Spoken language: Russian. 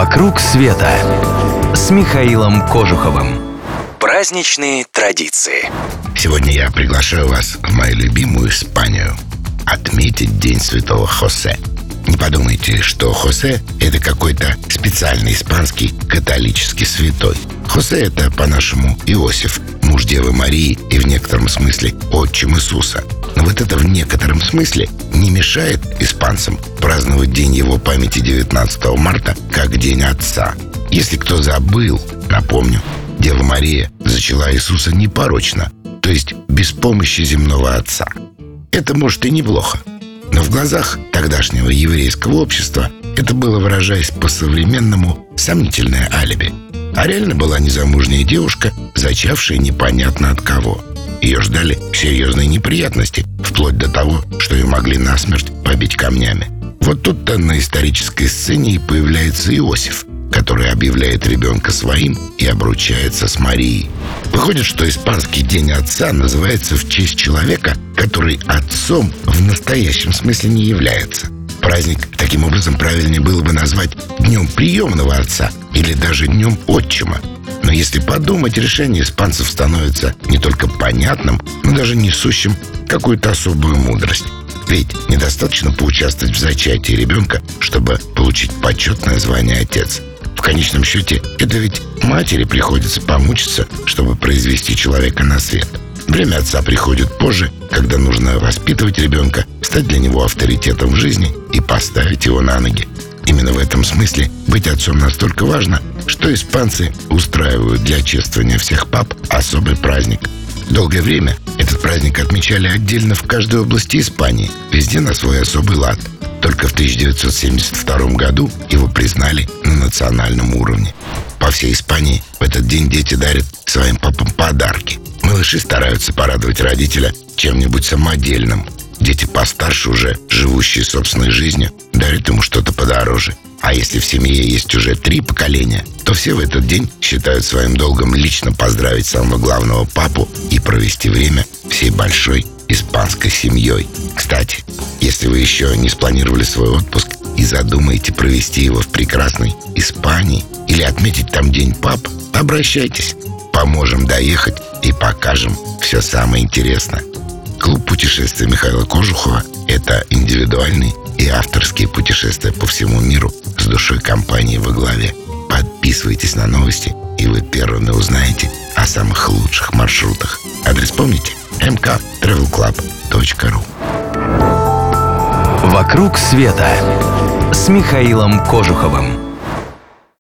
«Вокруг света» с Михаилом Кожуховым. Праздничные традиции. Сегодня я приглашаю вас в мою любимую Испанию отметить День Святого Хосе. Не подумайте, что Хосе – это какой-то специальный испанский католический святой. Хосе – это, по-нашему, Иосиф, муж Девы Марии и в некотором смысле отчим Иисуса. Но вот это в некотором смысле не мешает испанцам праздновать день его памяти 19 марта как День Отца. Если кто забыл, напомню, Дева Мария зачала Иисуса непорочно, то есть без помощи земного отца. Это, может, и неплохо. Но в глазах тогдашнего еврейского общества это было, выражаясь по-современному, сомнительное алиби. А реально была незамужняя девушка, зачавшая непонятно от кого. Ее ждали серьезные неприятности, вплоть до того, что ее могли насмерть побить камнями. Вот тут-то на исторической сцене и появляется Иосиф, который объявляет ребенка своим и обручается с Марией. Выходит, что испанский День Отца называется в честь человека, который отцом в настоящем смысле не является. Праздник, таким образом, правильнее было бы назвать Днем приемного отца или даже Днем отчима. Но если подумать, решение испанцев становится не только понятным, но даже несущим какую-то особую мудрость. Ведь недостаточно поучаствовать в зачатии ребенка, чтобы получить почетное звание «отец». В конечном счете, это ведь матери приходится помучиться, чтобы произвести человека на свет. Время отца приходит позже, когда нужно воспитывать ребенка, стать для него авторитетом в жизни и поставить его на ноги. Именно в этом смысле быть отцом настолько важно, что испанцы устраивают для чествования всех пап особый праздник. Долгое время этот праздник отмечали отдельно в каждой области Испании, везде на свой особый лад. Только в 1972 году его признали на национальном уровне. По всей Испании в этот день дети дарят своим папам подарки. Малыши стараются порадовать родителя чем-нибудь самодельным. Дети постарше, уже живущие собственной жизнью, дарят ему что-то подороже. А если в семье есть уже 3 поколения, то все в этот день считают своим долгом лично поздравить самого главного папу и провести время всей большой испанской семьей. Кстати, если вы еще не спланировали свой отпуск и задумаете провести его в прекрасной Испании или отметить там День пап, обращайтесь. Поможем доехать и покажем все самое интересное. Клуб путешествий Михаила Кожухова – это индивидуальные и авторские путешествия по всему миру с душой компании во главе. Подписывайтесь на новости, и вы первыми узнаете о самых лучших маршрутах. Адрес помните? mktravelclub.ru. «Вокруг света» с Михаилом Кожуховым.